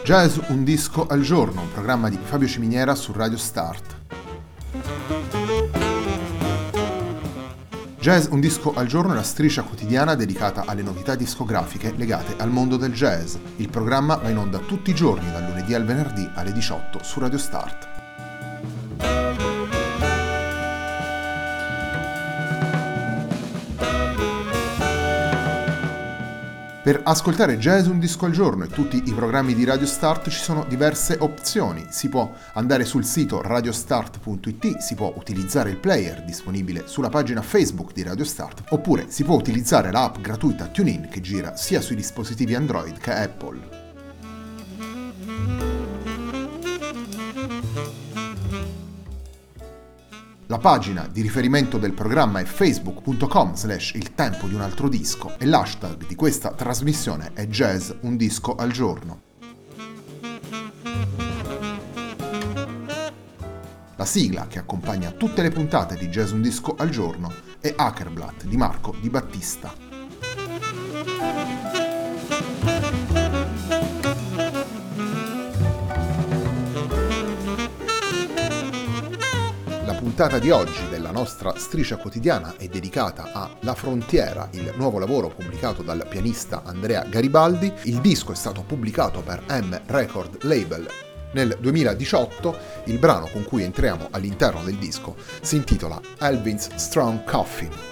Jazz un disco al giorno, un programma di Fabio Ciminiera su Radio Start. Jazz un disco al giorno è la striscia quotidiana dedicata alle novità discografiche legate al mondo del jazz. Il programma va in onda tutti i giorni, dal lunedì al venerdì alle 18 su Radio Start. Per ascoltare Jazz un disco al giorno e tutti i programmi di Radio Start ci sono diverse opzioni. Si può andare sul sito radiostart.it, si può utilizzare il player disponibile sulla pagina Facebook di Radio Start, oppure si può utilizzare l'app gratuita TuneIn che gira sia sui dispositivi Android che Apple. La pagina di riferimento del programma è facebook.com/il tempo di un altro disco e l'hashtag di questa trasmissione è Jazz un disco al giorno. La sigla che accompagna tutte le puntate di Jazz un disco al giorno è Hackerblatt di Marco Di Battista. La puntata di oggi della nostra striscia quotidiana è dedicata a La Frontiera, il nuovo lavoro pubblicato dal pianista Andrea Garibaldi. Il disco è stato pubblicato per M Record Label nel 2018. Il brano con cui entriamo all'interno del disco si intitola Alvin's Strong Coffee.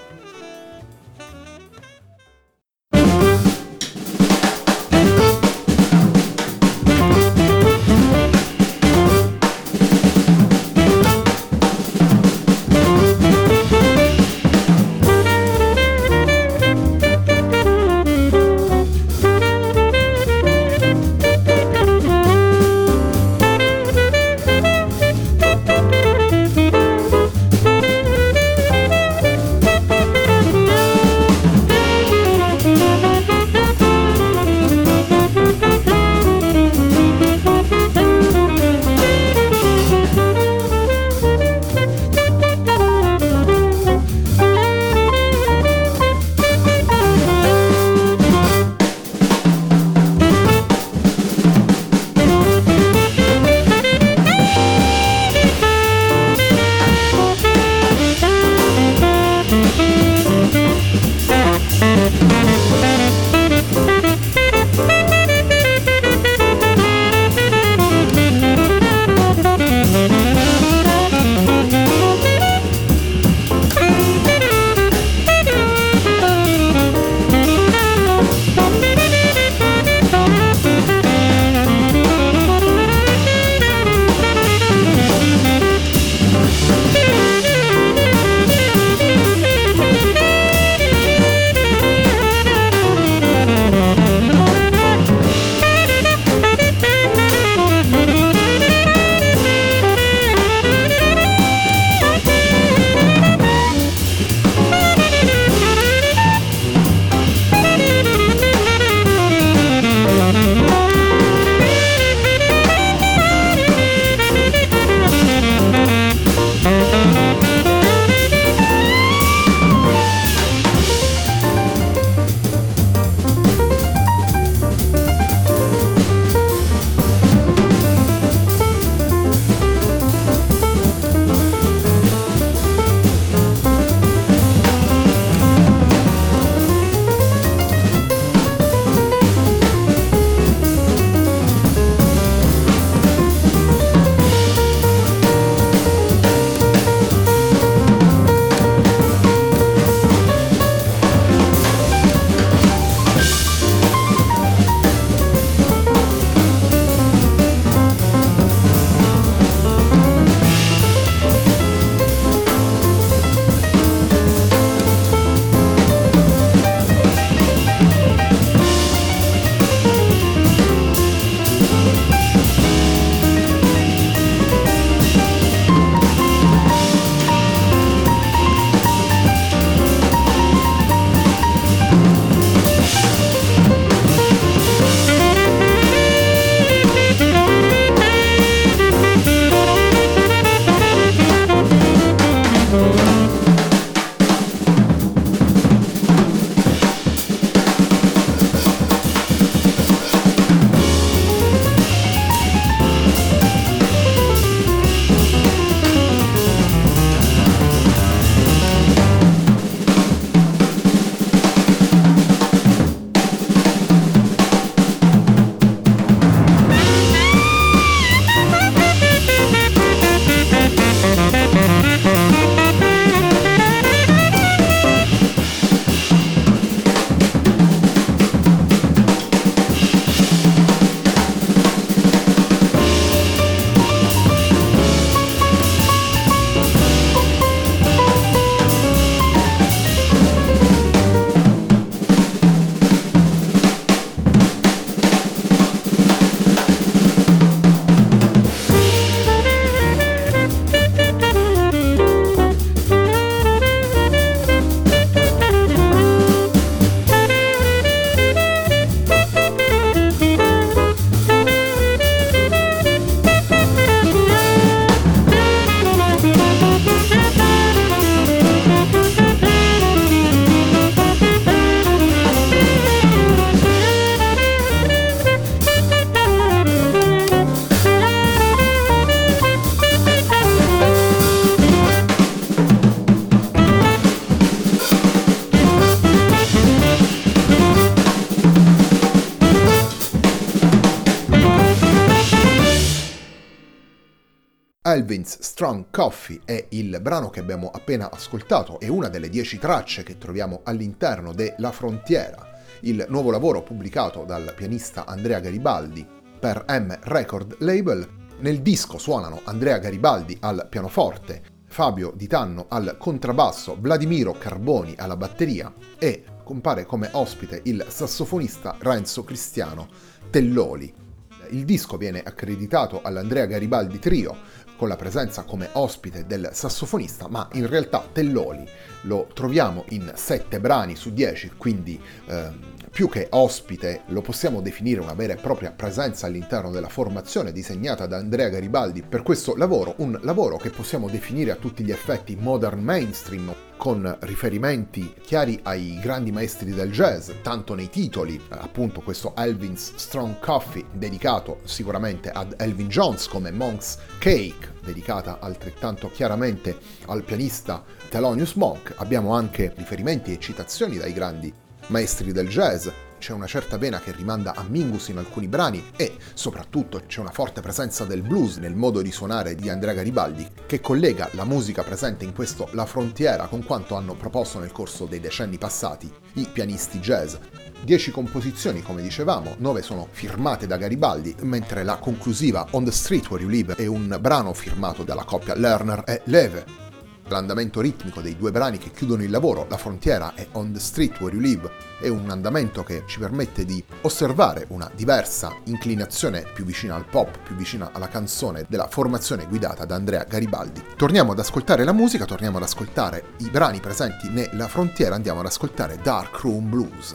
Elvin's Strong Coffee è il brano che abbiamo appena ascoltato, è una delle 10 tracce che troviamo all'interno de La Frontiera, il nuovo lavoro pubblicato dal pianista Andrea Garibaldi per M Record Label. Nel disco suonano Andrea Garibaldi al pianoforte, Fabio Di Tanno al contrabbasso, Vladimiro Carboni alla batteria e compare come ospite il sassofonista Renzo Cristiano Telloli. Il disco viene accreditato all'Andrea Garibaldi Trio con la presenza come ospite del sassofonista, ma in realtà Telloli lo troviamo in 7 brani su 10, quindi più che ospite lo possiamo definire una vera e propria presenza all'interno della formazione disegnata da Andrea Garibaldi per questo lavoro, un lavoro che possiamo definire a tutti gli effetti modern mainstream, con riferimenti chiari ai grandi maestri del jazz, tanto nei titoli, appunto questo Elvin's Strong Coffee dedicato sicuramente ad Elvin Jones, come Monk's Cake dedicata altrettanto chiaramente al pianista Thelonious Monk. Abbiamo anche riferimenti e citazioni dai grandi maestri del jazz, c'è una certa vena che rimanda a Mingus in alcuni brani e soprattutto c'è una forte presenza del blues nel modo di suonare di Andrea Garibaldi, che collega la musica presente in questo La Frontiera con quanto hanno proposto nel corso dei decenni passati i pianisti jazz. 10 composizioni, come dicevamo, 9 sono firmate da Garibaldi, mentre la conclusiva On the Street Where You Live è un brano firmato dalla coppia Lerner e Leve. L'andamento ritmico dei 2 brani che chiudono il lavoro, La Frontiera e On the Street Where You Live, è un andamento che ci permette di osservare una diversa inclinazione più vicina al pop, più vicina alla canzone della formazione guidata da Andrea Garibaldi. Torniamo ad ascoltare la musica, torniamo ad ascoltare i brani presenti nella Frontiera, andiamo ad ascoltare Dark Room Blues.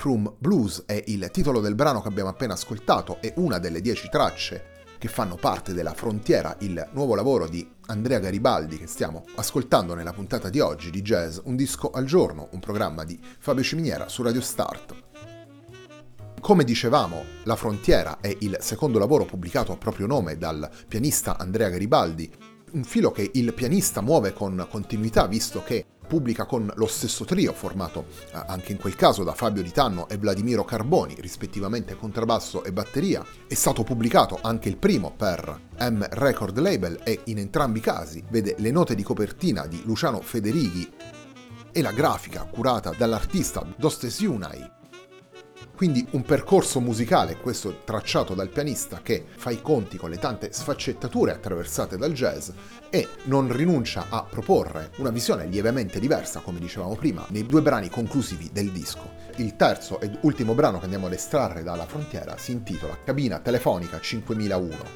Backroom Blues è il titolo del brano che abbiamo appena ascoltato e una delle 10 tracce che fanno parte della Frontiera, il nuovo lavoro di Andrea Garibaldi che stiamo ascoltando nella puntata di oggi di Jazz Un Disco al Giorno, un programma di Fabio Ciminiera su Radio Start. Come dicevamo, La Frontiera è il secondo lavoro pubblicato a proprio nome dal pianista Andrea Garibaldi, un filo che il pianista muove con continuità visto che pubblica con lo stesso trio formato anche in quel caso da Fabio Di Tanno e Vladimiro Carboni, rispettivamente contrabbasso e batteria. È stato pubblicato anche il primo per M Record Label e in entrambi i casi vede le note di copertina di Luciano Federighi e la grafica curata dall'artista Dostes Junai. Quindi un percorso musicale, questo tracciato dal pianista, che fa i conti con le tante sfaccettature attraversate dal jazz e non rinuncia a proporre una visione lievemente diversa, come dicevamo prima, nei due brani conclusivi del disco. Il terzo ed ultimo brano che andiamo ad estrarre dalla Frontiera si intitola Cabina Telefonica 5001.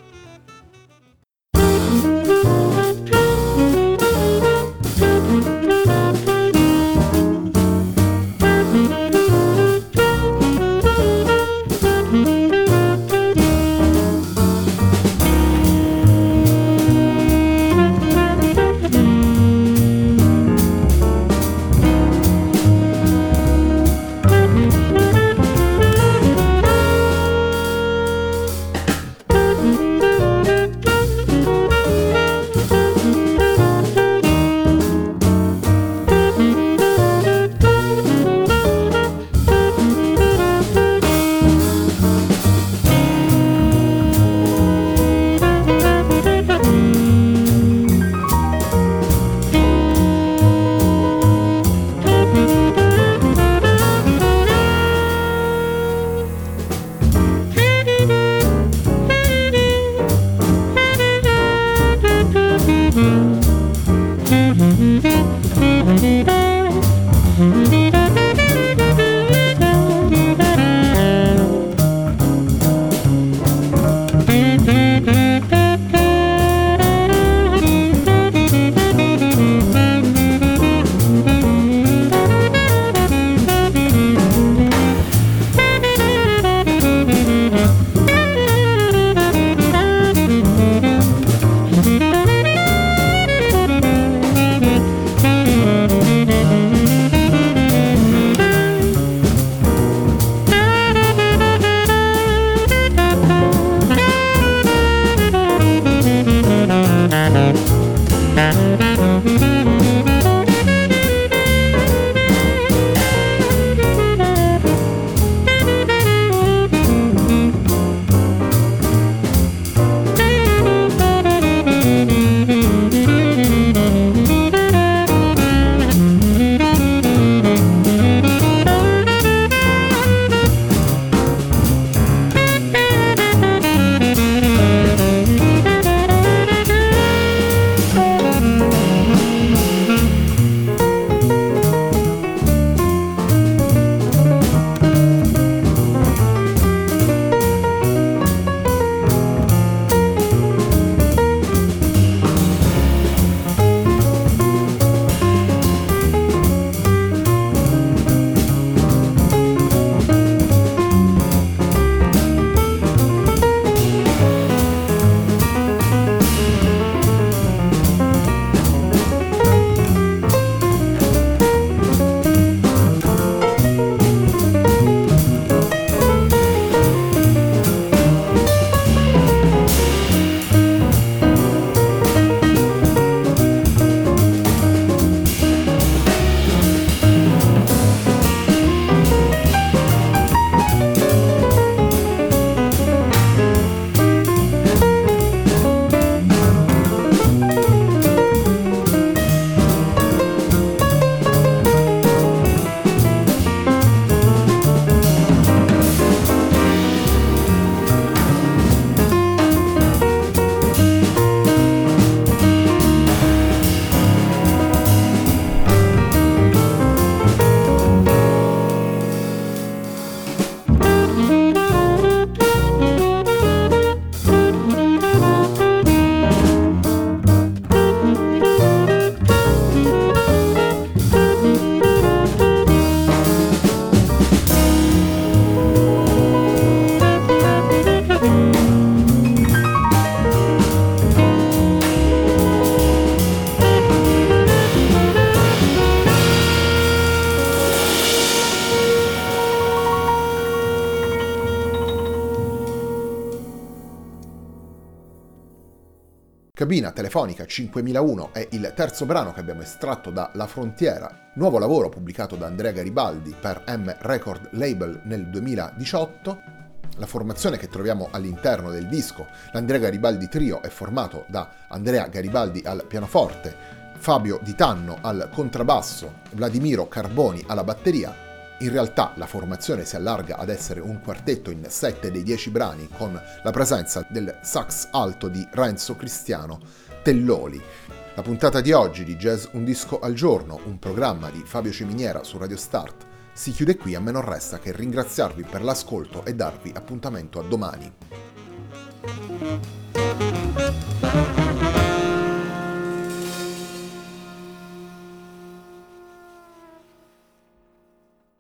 Cabina telefonica 5001 è il terzo brano che abbiamo estratto da La Frontiera, nuovo lavoro pubblicato da Andrea Garibaldi per M Record Label nel 2018. La formazione che troviamo all'interno del disco, l'Andrea Garibaldi Trio, è formato da Andrea Garibaldi al pianoforte, Fabio Di Tanno al contrabbasso, Vladimiro Carboni alla batteria. In realtà la formazione si allarga ad essere un quartetto in 7 dei 10 brani, con la presenza del sax alto di Renzo Cristiano Telloli. La puntata di oggi di Jazz Un Disco al Giorno, un programma di Fabio Ciminiera su Radio Start, si chiude qui. A me non resta che ringraziarvi per l'ascolto e darvi appuntamento a domani.